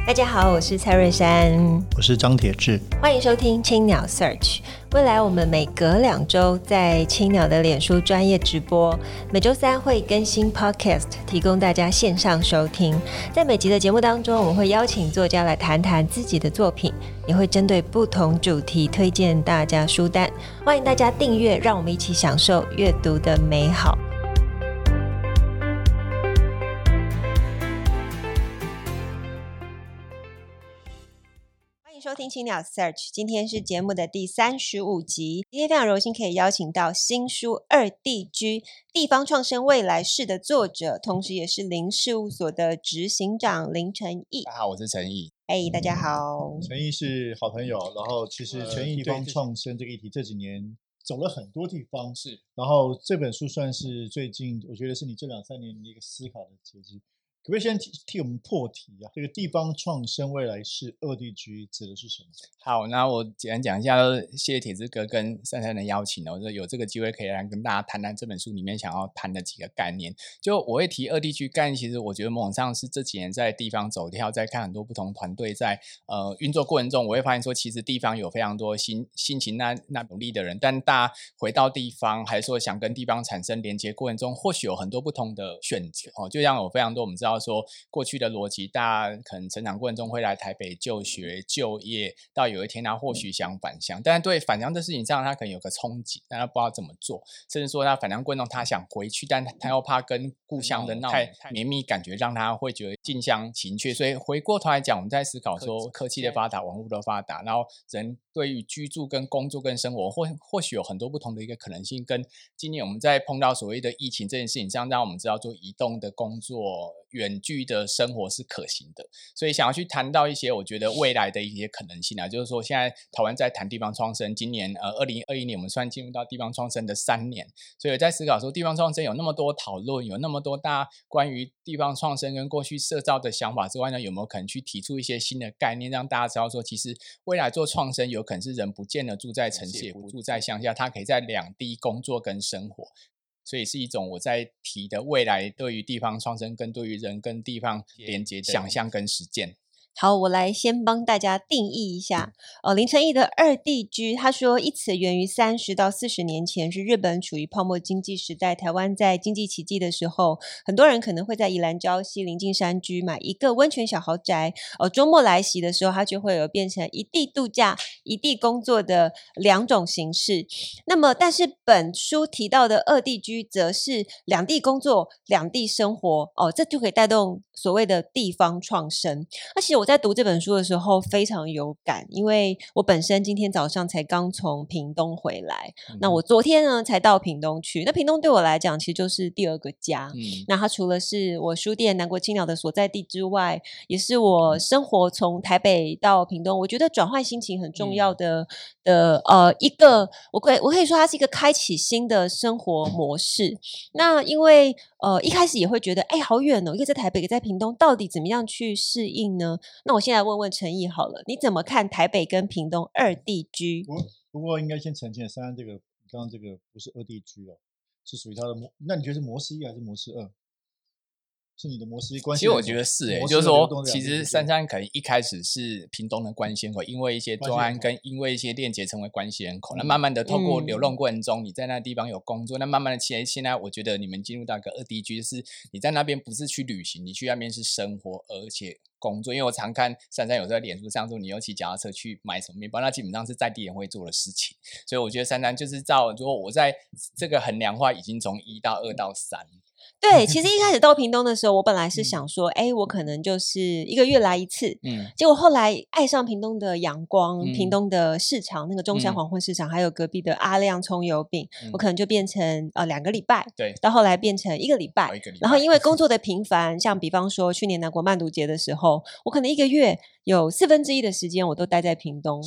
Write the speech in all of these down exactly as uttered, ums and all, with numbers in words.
大家好，我是蔡瑞珊， 我是张铁志， 欢迎收听青鸟 Search。 未来我们每隔两周在青鸟的脸书专业直播，每周三会更新 Podcast 提供大家线上收听。在每集的节目当中，我们会邀请作家来谈谈自己的作品，也会针对不同主题推荐大家书单。欢迎大家订阅，让我们一起享受阅读的美好。收听青鸟 Search， 今天是节目的第三十五集。今天非常荣幸可以邀请到新书《二 D G 地方创生未来式》的作者，同时也是林事务所的执行长林承毅。 大家好，我是承毅。 哎，大家好。 承毅是好朋友，然后其实承毅地方创生这个议题这几年走了很多地方， 是。 然后这本书算是最近，我觉得是你这两三年的一个思考的结晶。可不可以先 替, 替我们破题啊？这个地方创生未来式 二 D G 指的是什么？ 好，那我简单讲一下，谢谢铁志哥跟珊珊的邀请哦，有这个机会可以来跟大家谈谈这本书里面想要谈的几个概念。就我会提 二 D G 概念，其实我觉得某种上是这几年在地方走跳，在看很多不同团队在呃运作过程中，我会发现说，其实地方有非常多辛辛勤那那努力的人，但大家回到地方，还是说想跟地方产生连接过程中，或许有很多不同的选择哦。就像有非常多我们知道。说过去的逻辑，大家可能成长过程中会来台北就学就业，到有一天他或许想返乡，但是对返乡这事情上他可能有个憧憬，但他不知道怎么做，甚至说他返乡过程中他想回去，但他又怕跟故乡的那太绵密感觉让他会觉得近乡情怯。所以回过头来讲，我们在思考说科技的发达，网络的发达，然后人对于居住跟工作跟生活或或许有很多不同的一个可能性。跟今年我们在碰到所谓的疫情这件事情上，让我们知道做移动的工作远距的生活是可行的，所以想要去谈到一些我觉得未来的一些可能性啊，就是说现在台湾在谈地方创生，今年呃二零二一年我们算进入到地方创生的三年，所以我在思考说地方创生有那么多讨论，有那么多大家关于地方创生跟过去社造的想法之外呢，有没有可能去提出一些新的概念，让大家知道说其实未来做创生有可能是人不见得住在城市，也不住在乡下，他可以在两地工作跟生活。所以是一种我在提的未来对于地方创生跟对于人跟地方连接的想象跟实践。 好，我来先帮大家定义一下。呃，林承毅的 二 D G， 他说一词源于三十到四十年前，是日本处于泡沫经济时代，台湾在经济奇迹的时候，很多人可能会在宜兰礁溪临近山居买一个温泉小豪宅。呃，周末来袭的时候，它就会有变成一地度假、一地工作的两种形式。那么，但是本书提到的 二 D G 则是两地工作、两地生活。哦，这就可以带动所谓的地方创生。而且我在读这本书的时候非常有感，因为我本身今天早上才刚从屏东回来、嗯、那我昨天呢才到屏东去，那屏东对我来讲其实就是第二个家、嗯、那它除了是我书店南国青鸟的所在地之外，也是我生活从台北到屏东我觉得转换心情很重要的、嗯、的呃一个我可以我可以说它是一个开启新的生活模式。那因为呃一开始也会觉得哎好远哦，一个在台北一个在屏东，到底怎么样去适应呢？那我现在问问承毅好了，你怎么看台北跟屏东 二 D G？ 不过应该先澄清，珊珊这个刚刚这个不是 二 D G 哦，是属于它的模。那你觉得是模式一还是模式二？是你的模式一关系？ 其实我觉得是诶、欸，就是说，其实珊珊可能一开始是屏东的关系人口，因为一些专案跟因为一些链接成为关系人口，那慢慢的透过流动过程中，你在那地方有工作，那慢慢的现现在我觉得你们进入到一个 二 D G， 就是你在那边不是去旅行，你去那边是生活，而且工作。因为我常看珊珊有在脸书上说，你有骑脚踏车去买什么面包，那基本上是在地人会做的事情。所以我觉得珊珊就是照，如果我在这个衡量化已经从一到二到三。 对，其实一开始到屏东的时候，我本来是想说，哎、嗯，我可能就是一个月来一次。嗯，结果后来爱上屏东的阳光、嗯、屏东的市场，那个中山黄昏市场，嗯、还有隔壁的阿亮葱油饼，嗯、我可能就变成呃两个礼拜， 对， 到后来变成一个礼拜。然后因为工作的频繁，像比方说去年南国漫读节的时候，我可能一个月有四分之一的时间我都待在屏东。 是。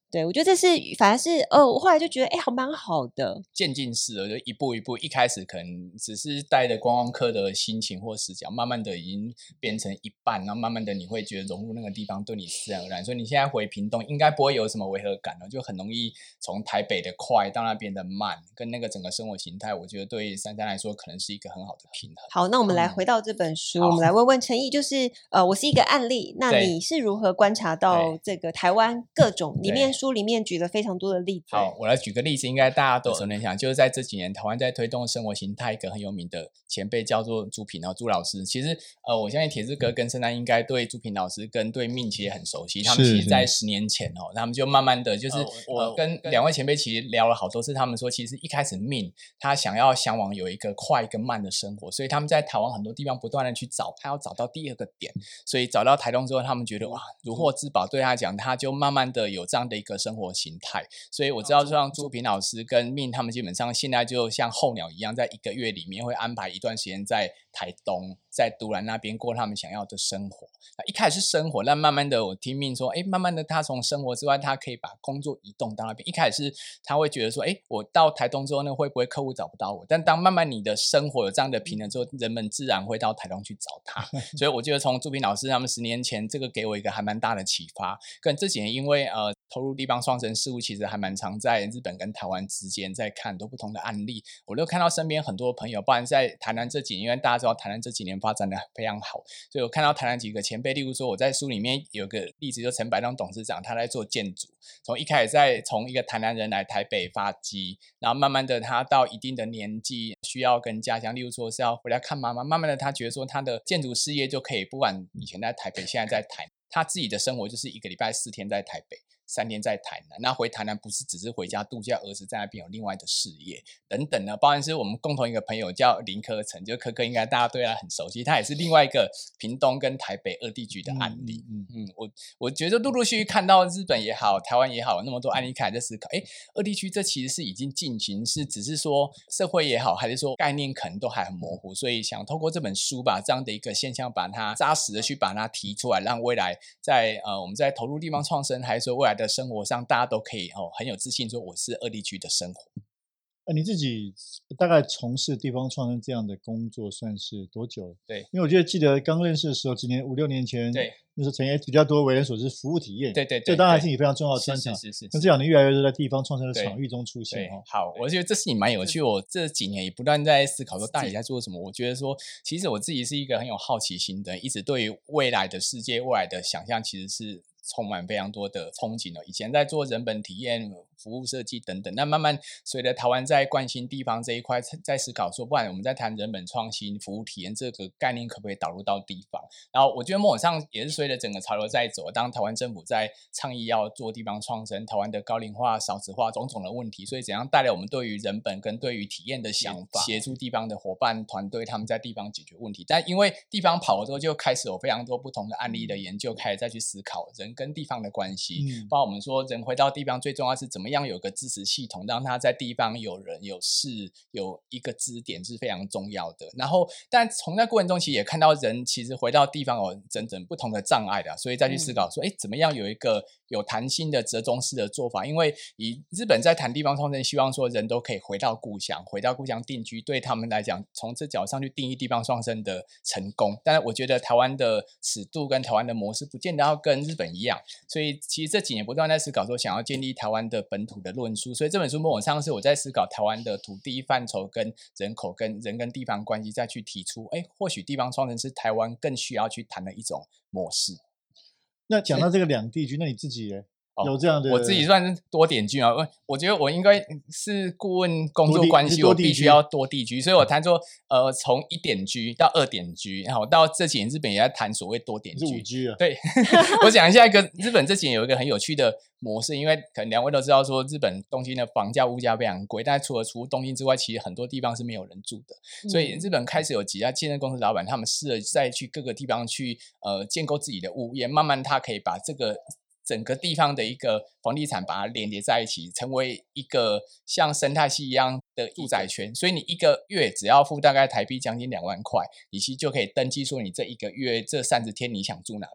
对，我觉得这是反而是呃，我后来就觉得哎，好蛮好的， 渐进式的，就一步一步，一开始可能只是带着观光客的心情或视角，慢慢的已经变成一半，然后慢慢的你会觉得融入那个地方，对你自然而然。所以你现在回屏东，应该不会有什么违和感了，就很容易从台北的快到那边的慢，跟那个整个生活形态，我觉得对珊珊来说可能是一个很好的平衡。 好，那我们来回到这本书，嗯、我们来问问陈毅，就是呃，我是一个案例，那你是如何观察到这个台湾各种里面书里面举了非常多的例子？ 好，我来举个例子，应该大家都有能想，就是在这几年台湾在推动生活形态，一个很有名的前辈叫做朱平，然后朱老师。其实呃，我相信铁志哥跟圣诞应该对朱平老师跟对命其实很熟悉，他们其实在十年前哦，他们就慢慢的就是、呃、我跟两位前辈其实聊了好多次，他们说其实一开始命他想要向往有一个快跟慢的生活，所以他们在台湾很多地方不断的去找，他要找到第二个点，所以找到台东之后，他们觉得哇如获至宝，对他讲他就慢慢的有这样的一个生活形态。所以我知道像朱平老师跟命他们基本上现在就像候鸟一样，在一个月里面会安排一段时间在台东在都兰那边过他们想要的生活。一开始是生活，但慢慢的我听命说诶慢慢的他从生活之外他可以把工作移动到那边。一开始是他会觉得说诶我到台东之后呢会不会客户找不到我，但当慢慢你的生活有这样的平衡之后，人们自然会到台东去找他。所以我觉得从朱平老师他们十年前这个给我一个还蛮大的启发。跟这几年因为呃投入地方创生事务，其实还蛮常在日本跟台湾之间在看很多不同的案例，我都看到身边很多朋友，不然在台南这几年，因为大家知道台南这几年发展的非常好，所以我看到台南几个前辈，例如说我在书里面有个例子，就陈百东董事长，他在做建筑，从一开始在从一个台南人来台北发迹，然后慢慢的他到一定的年纪需要跟家乡，例如说是要回来看妈妈，慢慢的他觉得说他的建筑事业就可以，不管以前在台北现在在台南，他自己的生活就是一个礼拜四天在台北，三天在台南，那回台南不是只是回家度假，儿子在那边有另外的事业等等呢。包含是我们共同一个朋友叫林科成，就科科应该大家对他很熟悉，他也是另外一个屏东跟台北二地区的案例。嗯 嗯, 嗯我我觉得陆陆续续看到日本也好，台湾也好，有那么多案例，开始在思考，哎，二地区这其实是已经进行，是只是说社会也好，还是说概念可能都还很模糊，所以想透过这本书把这样的一个现象，把它扎实的去把它提出来，让未来在呃我们在投入地方创生，还是说未来的生活上，大家都可以哦很有自信说我是二地区的生活。 呃，你自己大概从事地方创生这样的工作算是多久了？ 对， 因为我觉得记得刚认识的时候，几年五六年前， 对， 那时候陈爷比较多为人所知服务体验， 对对对， 这当然是你非常重要的专长。 是是是是。 那这两年越来越多在地方创生的场域中出现哦。 好，我觉得这事情蛮有趣。我这几年也不断在思考说，到底在做什么。我觉得说，其实我自己是一个很有好奇心的人，一直对于未来的世界、未来的想象，其实是充满非常多的憧憬的。以前在做人本体验、服务设计等等，那慢慢随着台湾在关心地方这一块，在思考说，不然我们在谈人本创新、服务体验这个概念，可不可以导入到地方？然后我觉得某种上也是随着整个潮流在走，当台湾政府在倡议要做地方创生，台湾的高龄化、少子化种种的问题，所以怎样带来我们对于人本跟对于体验的想法，协助地方的伙伴团队，他们在地方解决问题。但因为地方跑了之后，就开始有非常多不同的案例的研究，开始再去思考人跟地方的关系。嗯，包括我们说人回到地方最重要是怎么样有个支持系统，让他在地方有人有事有一个支点是非常重要的。然后但从那过程中其实也看到人其实回到地方有整整不同的障碍的，所以再去思考说哎、嗯，怎么样有一个有弹性的折中式的做法。因为以日本在谈地方创生，希望说人都可以回到故乡，回到故乡定居，对他们来讲从这角上去定义地方创生的成功。但是我觉得台湾的尺度跟台湾的模式不见得要跟日本一样，所以其实这几年不断在思考说想要建立台湾的本土的论述。所以这本书某种上是我在思考台湾的土地范畴跟人口跟人跟地方关系，再去提出哎，或许地方创生是台湾更需要去谈的一种模式。 那讲到这个两地区，那你自己耶有这样的？ 我自己算是多点居啊，我觉得我应该是顾问工作关系，我必须要多地居，所以我谈说，呃，从一点居到二点居，然后到这几年日本也在谈所谓多点居。 是五居啊？ 对，我讲一下一个日本这几年有一个很有趣的模式，因为可能两位都知道说，日本东京的房价物价非常贵，但除了除东京之外，其实很多地方是没有人住的，嗯、所以日本开始有几家建设公司老板，他们试着再去各个地方去呃建构自己的物业，慢慢他可以把这个整个地方的一个房地产把它连接在一起，成为一个像生态系一样的住宅圈。所以你一个月只要付大概台币将近两万块，你其实就可以登记说你这一个月这三十天你想住哪边。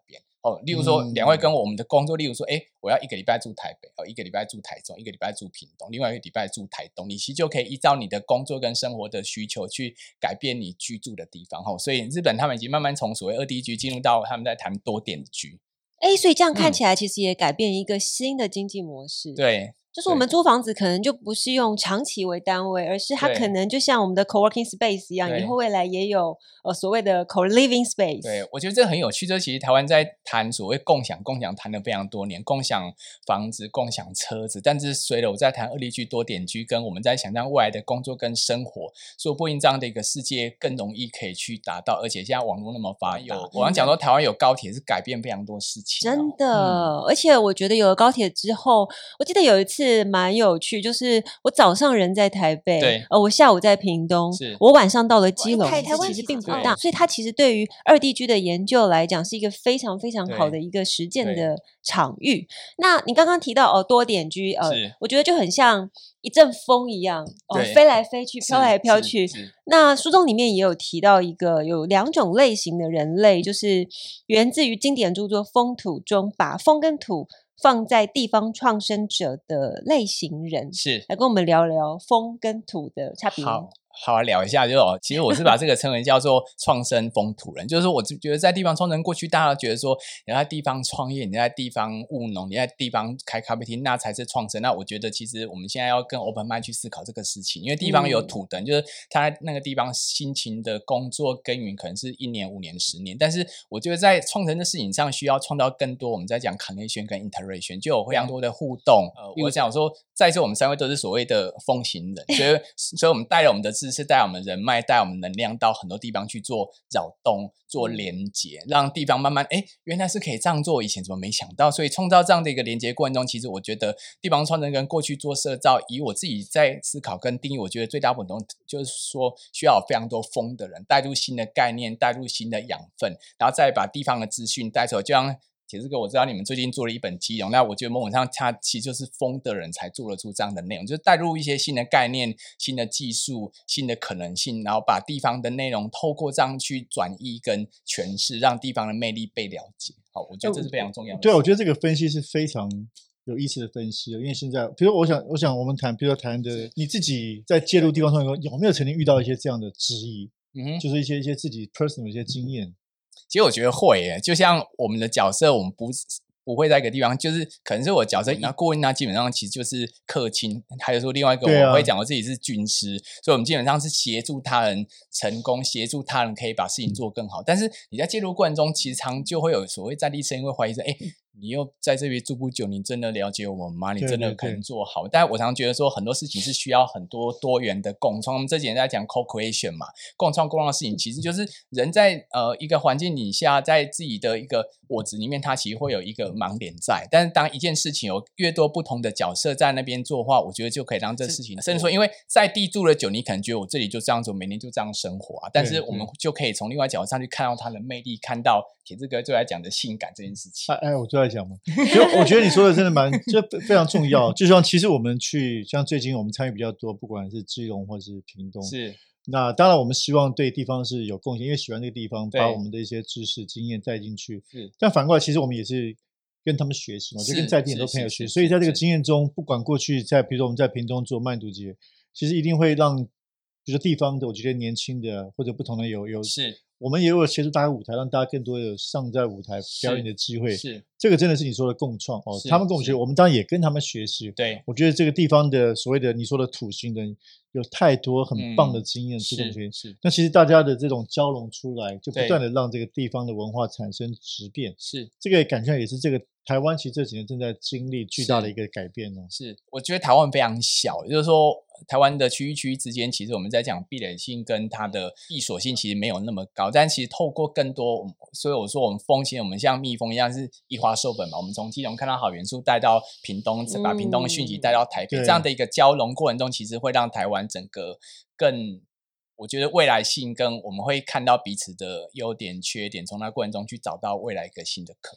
哦，例如说嗯两位跟我们的工作，例如说，哎，我要一个礼拜住台北，哦，一个礼拜住台中，一个礼拜住屏东，另外一个礼拜住台东，你其实就可以依照你的工作跟生活的需求去改变你居住的地方。哦，所以日本他们已经慢慢从所谓二 D 居进入到他们在谈多点居。 哎，所以这样看嗯起来，其实也改变一个新的经济模式。， 对， 就是我们租房子可能就不是用长期为单位，而是它对可能就像我们的 co-working space 一样， 对以后未来也有呃所谓的 co-living space。 对，我觉得这很有趣。这其实台湾在谈所谓共享，共享谈了非常多年，共享房子、共享车子。但是随着我在谈二地居、多点居，跟我们在想象未来的工作跟生活，所以不应这样的一个世界更容易可以去达到。而且现在网络那么发达，我刚讲说台湾有高铁是改变非常多事情， 真的、 嗯， 而且我觉得有了高铁之后，我记得有一次蛮有趣，就是我早上人在台北， 对呃，我下午在屏东是， 我晚上到了基隆， 台台湾其实并不大， 对所以它其实对于二地居的研究来讲，是一个非常非常好的对一个实践对的场域。那你刚刚提到哦，多点居，呃是， 我觉得就很像一阵风一样，哦， 对飞来飞去， 是飘来飘是去。 是那书中里面也有提到一个有两种类型的人类，就是源自于经典著作《风土》中把风跟土放在地方创生者的类型人， 是。 来跟我们聊聊风跟土的差别。 好好聊一下，就是哦，其实我是把这个称为叫做创生风土人，就是说我觉得在地方创生，过去大家都觉得说你在地方创业，你在地方务农，你在地方开咖啡厅，那才是创生。那我觉得其实我们现在要跟 open mind 去思考这个事情，因为地方有土的人，嗯、就是他在那个地方辛勤的工作耕耘，可能是一年、五年、十年，但是我觉得在创生的事情上需要创造更多。我们在讲 connection 跟 interaction， 就有非常多的互动。呃，我讲说，在这我们三位都是所谓的风行人，所以所以我们带了我们的知识，带我们人脉，带我们能量到很多地方去做扰动、做连结，让地方慢慢哎，原来是可以这样做，以前怎么没想到？所以创造这样的一个连结过程中，其实我觉得地方创生跟过去做社造，以我自己在思考跟定义，我觉得最大不同就是说，需要有非常多风的人带入新的概念，带入新的养分，然后再把地方的资讯带出来，就像。铁志哥，我知道你们最近做了一本基隆，那我觉得某种上它其实就是疯的人才做得出这样的内容，就是带入一些新的概念、新的技术、新的可能性，然后把地方的内容透过这样去转译跟诠释，让地方的魅力被了解。好，我觉得这是非常重要的。 对啊，我觉得这个分析是非常有意思的分析，因为现在，比如我想，我想我们谈，比如说谈的你自己在介入地方创生，有没有曾经遇到一些这样的质疑？嗯哼，就是一些一些自己 personal 的一些经验。 其实我觉得会耶，就像我们的角色，我们不不会在一个地方，就是可能是我角色，那顾问他基本上其实就是客卿，还有说另外一个我会讲我自己是军师，啊、所以我们基本上是协助他人成功，协助他人可以把事情做更好。但是你在介入过程中，其实常就会有所谓在地声音会怀疑说，哎。你又在这边住不久，你真的了解我们吗？你真的可能做好？但我常觉得说，很多事情是需要很多多元的共创。我们这几年在讲 co-creation 嘛，共创共创的事情，其实就是人在呃一个环境底下，在自己的一个我执里面，它其实会有一个盲点在。但是当一件事情有越多不同的角色在那边做的话，我觉得就可以让这事情，甚至说，因为在地住了久，你可能觉得我这里就这样做，每年就这样生活啊。但是我们就可以从另外角度上去看到它的魅力，看到铁志哥最爱讲的性感这件事情。 哎，我最爱讲嘛。就我觉得你说的真的蛮，就非常重要。就像其实我们去，像最近我们参与比较多，不管是基隆或是屏东， 是。 那当然我们希望对地方是有贡献，因为喜欢这个地方，把我们的一些知识经验带进去。是。但反过来，其实我们也是跟他们学习嘛，就跟在地很多朋友学习。所以在这个经验中，不管过去在，比如说我们在屏东做慢读节，其实一定会让，比如说地方的，我觉得年轻的或者不同的有有是。我们也有协助大家舞台，让大家更多有上在舞台表演的机会。是，这个真的是你说的共创哦。他们跟我们学，我们当然也跟他们学习。对，我觉得这个地方的所谓的你说的土星的，有太多很棒的经验这东西。是，那其实大家的这种交融出来，就不断的让这个地方的文化产生质变。是，这个感觉也是这个台湾其实这几年正在经历巨大的一个改变哦。 是，我觉得台湾非常小，就是说。台湾的区域区域之间，其实我们在讲壁垒性跟它的闭锁性，其实没有那么高。但其实透过更多，所以我说我们风行，我们像蜜蜂一样是一花授粉嘛。我们从基隆看到好元素带到屏东，把屏东的讯息带到台北，嗯、这样的一个交融过程中，其实会让台湾整个更，我觉得未来性跟我们会看到彼此的优点、缺点，从那过程中去找到未来一个新的可能。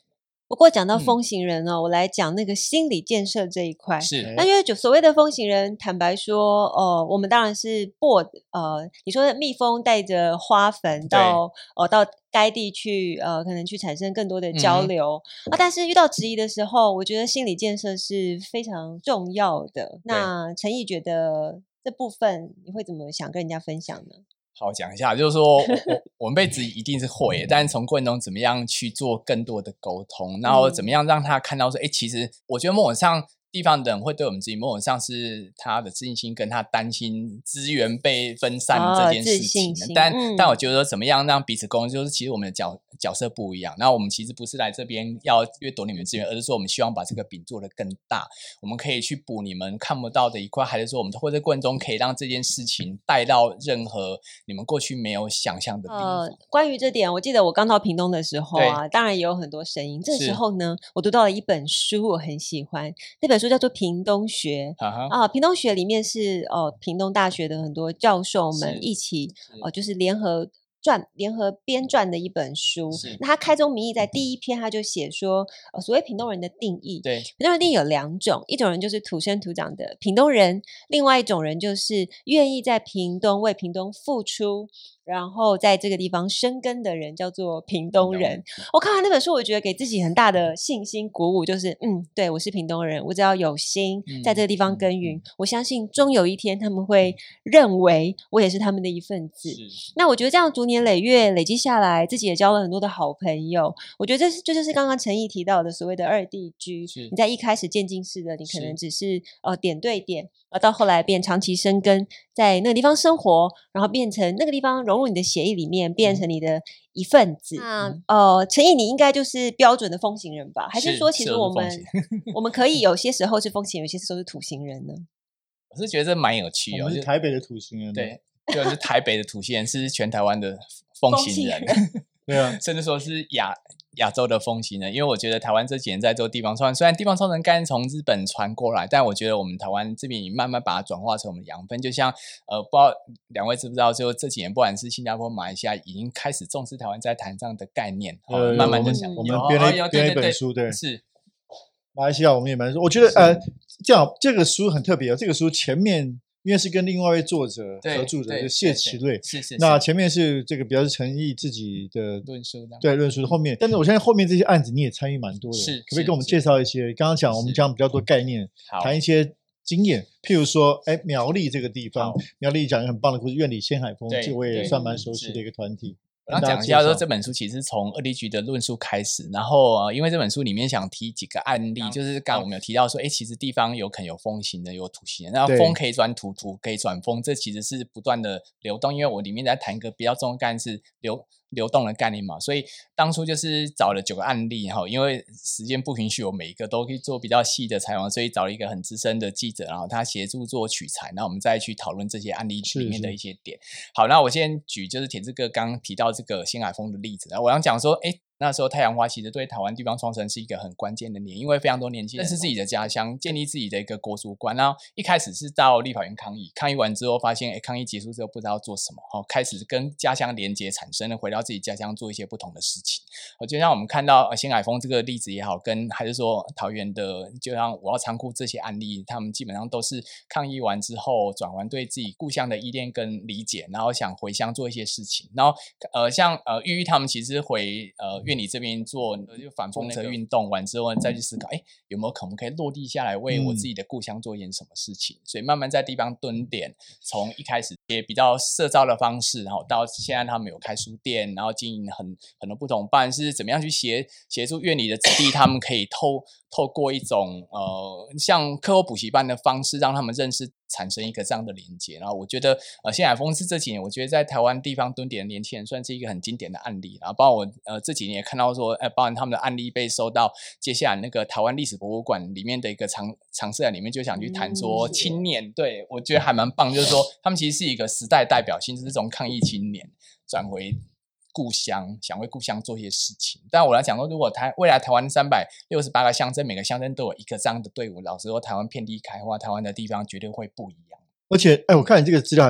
不过讲到风行人哦、嗯，我来讲那个心理建设这一块。 是， 那因为就所谓的风行人，坦白说，呃，我们当然是播呃，你说蜜蜂带着花粉到呃到该地去，呃，可能去产生更多的交流、嗯、啊。但是遇到质疑的时候，我觉得心理建设是非常重要的。那陈毅觉得这部分你会怎么想跟人家分享呢？ 好，讲一下，就是说我我我们被质疑一定是会，但是从过程中怎么样去做更多的沟通，然后怎么样让他看到说，哎、欸，其实我觉得某种上地方的人会对我们质疑，某种上是他的自信心跟他担心资源被分散这件事情。哦、但、嗯、但我觉得怎么样让彼此沟通，就是其实我们的角角色不一样。然后我们其实不是来这边要掠夺你们资源，而是说我们希望把这个饼做得更大，我们可以去补你们看不到的一块，还是说我们或者过程中可以让这件事情带到任何你们过去没有想象的地方。 呃，关于这点，我记得我刚到屏东的时候啊，当然也有很多声音。这时候呢，我读到了一本书，我很喜欢，那本书叫做《屏东学》啊，啊，屏东学里面是哦、呃，屏东大学的很多教授们一起哦、呃，就是联合撰、联合编撰的一本书。那他开宗明义在第一篇他就写说，呃，所谓屏东人的定义， 对， 屏东人定义有两种，一种人就是土生土长的屏东人，另外一种人就是愿意在屏东为屏东付出，然后在这个地方生根的人叫做屏东人。我看完那本书，我觉得给自己很大的信心鼓舞，就是嗯，对，我是屏东人，我只要有心在这个地方耕耘、嗯嗯、我相信终有一天他们会认为我也是他们的一份子。那我觉得这样逐年累月累积下来，自己也交了很多的好朋友。我觉得这是这就是刚刚陈毅提到的所谓的二地居。你在一开始渐进式的，你可能只是呃点对点，而到后来变长期生根在那个地方生活，然后变成那个地方融入你的血液里面，变成你的一份子。那、嗯、呃，陈毅你应该就是标准的风行人吧？还是说其实我们我们可以有些时候是风行人，有些时候是土行人呢？ 我是觉得这蛮有趣的。 我们是台北的土行人， 对，就是台北的土行人是全台湾的风行人， 对啊， 甚至说是亚亚洲的风行人。因为我觉得台湾这几年在做地方创生，虽然地方创生概念从日本传过来，但我觉得我们台湾这边也慢慢把它转化成我们的养分。就像呃，不知道两位知不知道，就这几年不管是新加坡、马来西亚，已经开始重视台湾在谈这样的概念， 呃、 慢慢的讲。 我们编了、哦、编了一本书，对， 是马来西亚我们也蛮说，我觉得呃，这样这个书很特别哦，这个书前面。因为是跟另外一位作者合著的，就谢奇瑞。 是是。 那前面是这个比较是陈毅自己的论述， 对论述的后面。但是我相信后面这些案子你也参与蛮多的， 是。 可不可以跟我们介绍一些？刚刚讲我们讲比较多概念，谈一些经验，譬如说，哎，苗栗这个地方，苗栗讲一个很棒的故事，苑里仙海峰，这我也算蛮熟悉的一个团体。 我要讲一下说这本书其实从二地居的论述开始，然后呃，因为这本书里面想提几个案例，就是刚刚我们有提到说，哎，其实地方有可能有风行的，有土行的，然后风可以转土，土可以转风，这其实是不断的流动。因为我里面在谈一个比较重要的概念是流流动的概念嘛，所以当初就是找了九个案例哈，因为时间不允许我每一个都可以做比较细的采访，所以找了一个很资深的记者，然后他协助做取材，然后我们再去讨论这些案例里面的一些点。好，那我先举就是铁志哥刚刚提到这个仙海峰的例子，然后我想讲说，哎。那时候太阳花其实对台湾地方创生是一个很关键的年，因为非常多年轻人认识自己的家乡，建立自己的一个国族观。然后一开始是到立法院抗议，抗议完之后发现，哎，抗议结束之后不知道做什么，哦，开始跟家乡连结产生了，回到自己家乡做一些不同的事情。哦，就像我们看到仙海峰这个例子也好，跟还是说桃园的，就像五号仓库这些案例，他们基本上都是抗议完之后转完对自己故乡的依恋跟理解，然后想回乡做一些事情。然后呃，像呃玉玉他们其实回呃。院里这边做就反风车运动完之后再去思考，哎，有没有可能可以落地下来为我自己的故乡做一件什么事情？嗯、所以慢慢在地方蹲点，从一开始也比较社造的方式，然后到现在他们有开书店，然后经营很很多不同，不然是怎么样去协协助院里的子弟，他们可以透透过一种呃像课后补习班的方式，让他们认识。产生一个这样的连接，然后我觉得呃，仙海峰是这几年我觉得在台湾地方蹲点的年轻人算是一个很经典的案例，然后包括我呃这几年也看到说，呃，包含他们的案例被收到接下来那个台湾历史博物馆里面的一个常常设里面，就想去谈说青年，嗯、对我觉得还蛮棒，就是说他们其实是一个时代代表性，就是这种抗疫青年转回。故乡想为故乡做一些事情，但我来讲说，如果台未来台湾三百六十八个乡镇，每个乡镇都有一个这样的队伍，老实说，台湾遍地开花，台湾的地方绝对会不一样。 而且，哎，我看你这个资料还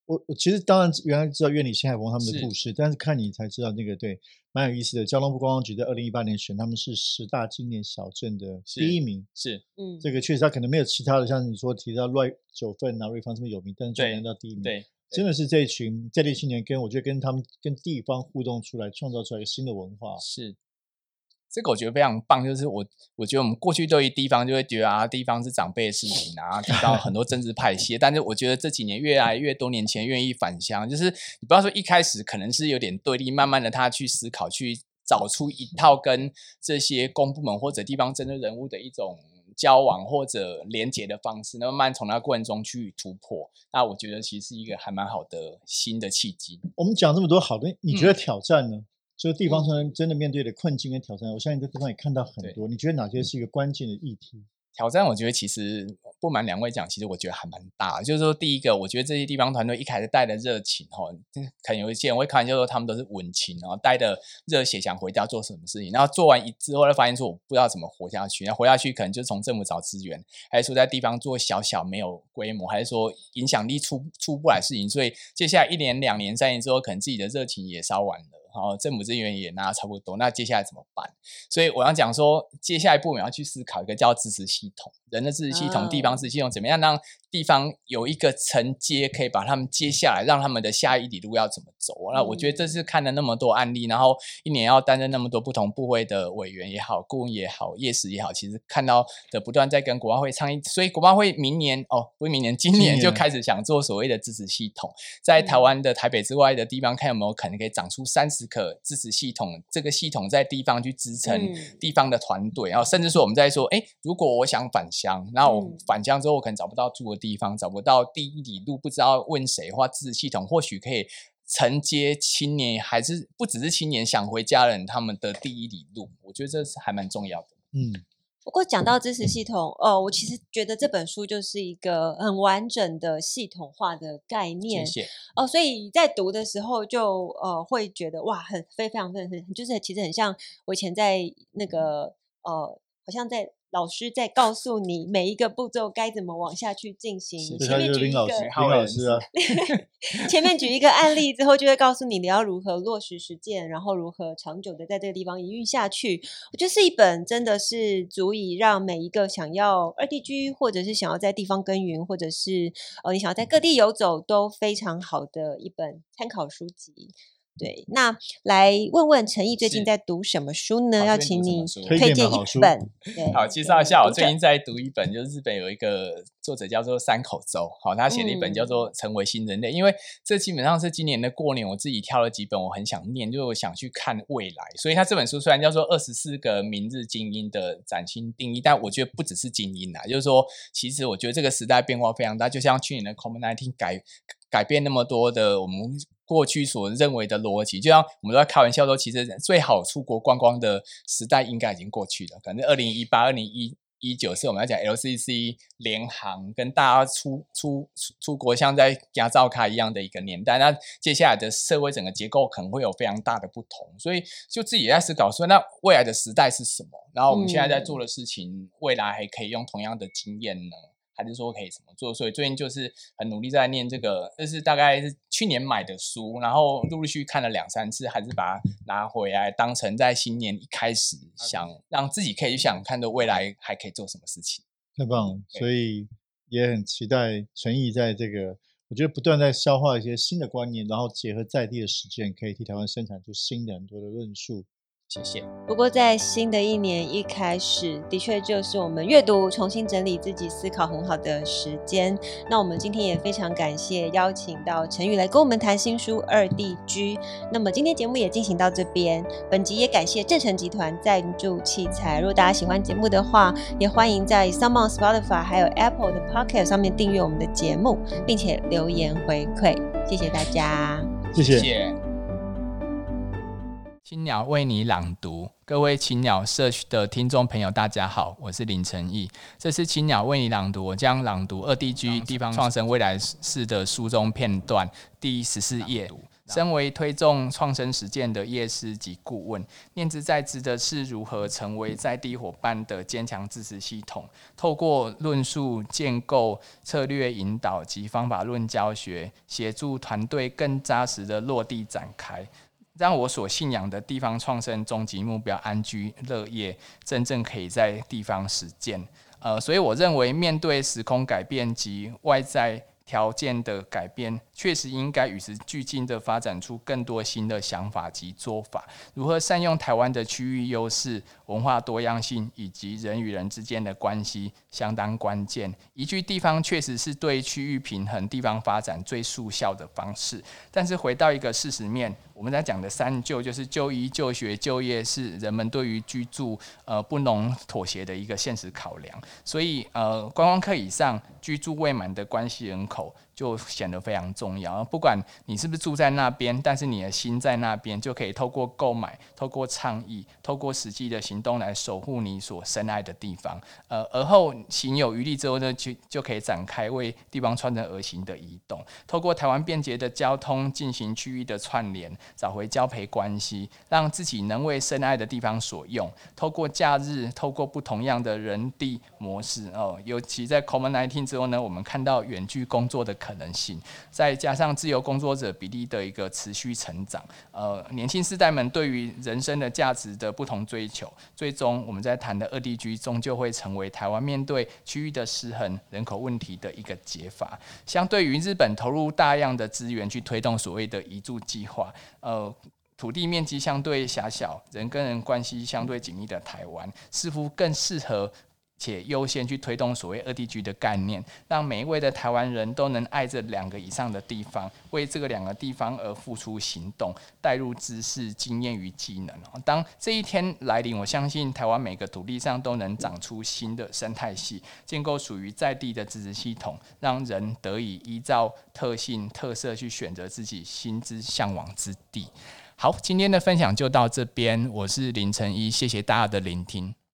我我其实当然原来知道苑里新海峰他们的故事，但是看你才知道那个对蛮有意思的。交通部观光局在二零一八年选他们是十大经典小镇的第一名， 是， 嗯， 这个确实他可能没有其他的，像你说提到瑞九份啊、瑞芳这么有名，但是居然到第一名， 对， 真的是这一群在地青年跟我觉得跟他们跟地方互动出来，创造出来一个新的文化， 是。这个我觉得非常棒，就是我我觉得我们过去对于地方就会觉得啊，地方是长辈的事情啊，地方很多政治派系，但是我觉得这几年越来越多年前愿意返乡，就是你不要说一开始可能是有点对立，慢慢的他去思考，去找出一套跟这些公部门或者地方政治人物的一种交往或者连结的方式，那慢慢从那过程中去突破，那我觉得其实是一个还蛮好的新的契机。 我们讲这么多好的，你觉得挑战呢？嗯，就地方上真的面对的困境跟挑战，我相信这地方也看到很多。你觉得哪些是一个关键的议题？ 挑战我觉得其实不瞒两位讲，其实我觉得还蛮大的。就是说，第一个，我觉得这些地方团队一开始带的热情，哈，可能有一些人会开玩笑说他们都是文青，然后带的热血想回家做什么事情，然后做完一之后，就发现说我不知道怎么活下去。那活下去可能就从政府找资源，还是说在地方做小小没有规模，还是说影响力出出不来事情。所以接下来一年、两年、三年之后，可能自己的热情也烧完了。好，政府资源也拿差不多，那接下来怎么办？所以我要讲说，接下来一步我们要去思考一个叫支持系统，人的支持系统、地方支持系统，怎么样让地方有一个承接，可以把他们接下来，让他们的下一里路要怎么走？那我觉得这是看了那么多案例，然后一年要担任那么多不同部会的委员也好、顾问也好、业时也好，其实看到的不断在跟国发会倡议，所以国发会明年哦，不是明年，今年就开始想做所谓的支持系统，在台湾的台北之外的地方，看有没有可能可以长出三十个支持系统，这个系统在地方去支撑地方的团队，然后甚至说我们在说，哎，如果我想返乡，然后我返乡之后我可能找不到住的地方，找不到第一里路，不知道问谁，或支持系统或许可以承接青年，还是不只是青年想回家人他们的第一里路，我觉得这是还蛮重要的。 嗯。 不过讲到支持系统，哦，我其实觉得这本书就是一个很完整的系统化的概念。 谢谢。 哦，所以在读的时候就呃会觉得哇，很非常非常很就是其实很像我以前在那个呃，好像在老师在告诉你每一个步骤该怎么往下去进行。前面举一个林老师啊， 前面举一个案例之后，就会告诉你你要如何落实实践，然后如何长久的在这个地方营运下去。我觉得是一本真的是足以让每一个想要二地居，或者是想要在地方耕耘，或者是呃你想要在各地游走，都非常好的一本参考书籍。对，那来问问陈毅最近在读什么书呢？要请你推荐一本。 好，介绍一下，我最近在读一本，就是日本有一个作者叫做山口周，好，他写了一本叫做《成为新人类》，嗯，因为这基本上是今年的过年，我自己挑了几本我很想念，就是我想去看未来，所以他这本书虽然叫做二十四个明日精英的崭新定义，但我觉得不只是精英啦，就是说，其实我觉得这个时代变化非常大，就像去年的 COVID 十九 改改变那么多的我们过去所认为的逻辑，就像我们都在开玩笑说，其实最好出国观光的时代应该已经过去了。可能二零一八、二零一九是我们要讲 L C C 联航跟大家出出出国像在加照卡一样的一个年代。那接下来的社会整个结构可能会有非常大的不同，所以就自己也在思考说，那未来的时代是什么？然后我们现在在做的事情，嗯、未来还可以用同样的经验呢？还是说可以怎么做？所以最近就是很努力在念这个，这是大概是去年买的书，然后陆陆续续看了两三次，还是把它拿回来当成在新年一开始想让自己可以去想看的未来还可以做什么事情。 太棒了，所以也很期待陈毅在这个，我觉得不断在消化一些新的观念，然后结合在地的实践，可以替台湾生产出新的很多的论述。 谢谢。 不过在新的一年一开始，的确就是我们阅读、重新整理自己、思考很好的时间。那我们今天也非常感谢邀请到陈宇来跟我们谈新书《二地居》。那么今天节目也进行到这边，本集也感谢正成集团赞助器材。如果大家喜欢节目的话，也欢迎在 SoundOn、Spotify 还有 Apple 的 Podcast 上面订阅我们的节目，并且留言回馈。谢谢大家， 谢谢。 谢谢。青鸟为你朗读，各位青鸟社区的听众朋友大家好，我是林承毅，这是青鸟为你朗读，我将朗读二地居地方创生未来式的书中片段第十四页。 身为推动创生实践的业师及顾问，念之在之的是如何成为在地伙伴的坚强支持系统，透过论述、建构、策略引导及方法论教学，协助团队更扎实的落地展开，让我所信仰的地方创生终极目标安居乐业，真正可以在地方实践。呃，所以我认为，面对时空改变及外在条件的改变，确实应该与时俱进的发展出更多新的想法及做法。如何善用台湾的区域优势、文化多样性以及人与人之间的关系，相当关键。宜居地方确实是对区域平衡、地方发展最速效的方式。但是回到一个事实面，我们在讲的三就，就是就医、就学、就业，是人们对于居住呃不能妥协的一个现实考量。所以呃，观光客以上居住未满的关系人口就显得非常重要。不管你是不是住在那边，但是你的心在那边，就可以透过购买、透过倡议、透过实际的行动来守护你所深爱的地方。呃，而后行有余力之后呢，就就可以展开为地方创生而行的移动，透过台湾便捷的交通进行区域的串联，找回交陪关系，让自己能为深爱的地方所用。透过假日，透过不同样的人地模式哦，尤其在 COVID 十九 之后呢，我们看到远距工作的可能性，再加上自由工作者比例的一个持续成长，呃，年轻世代们对于人生的价值的不同追求，最终我们在谈的二地居终究会成为台湾面对区域的失衡人口问题的一个解法。相对于日本投入大量的资源去推动所谓的移住计划，呃。土地面积相对狭小，人跟人关系相对紧密的台湾，似乎更适合且优先去推动所谓二地居的概念，让每一位的台湾人都能爱着两个以上的地方，为这个两个地方而付出行动，带入知识、经验与技能。当这一天来临，我相信台湾每个土地上都能长出新的生态系，建构属于在地的支持系统，让人得以依照特性、特色去选择自己心之向往之地。好，今天的分享就到这边，我是林承一，谢谢大家的聆听。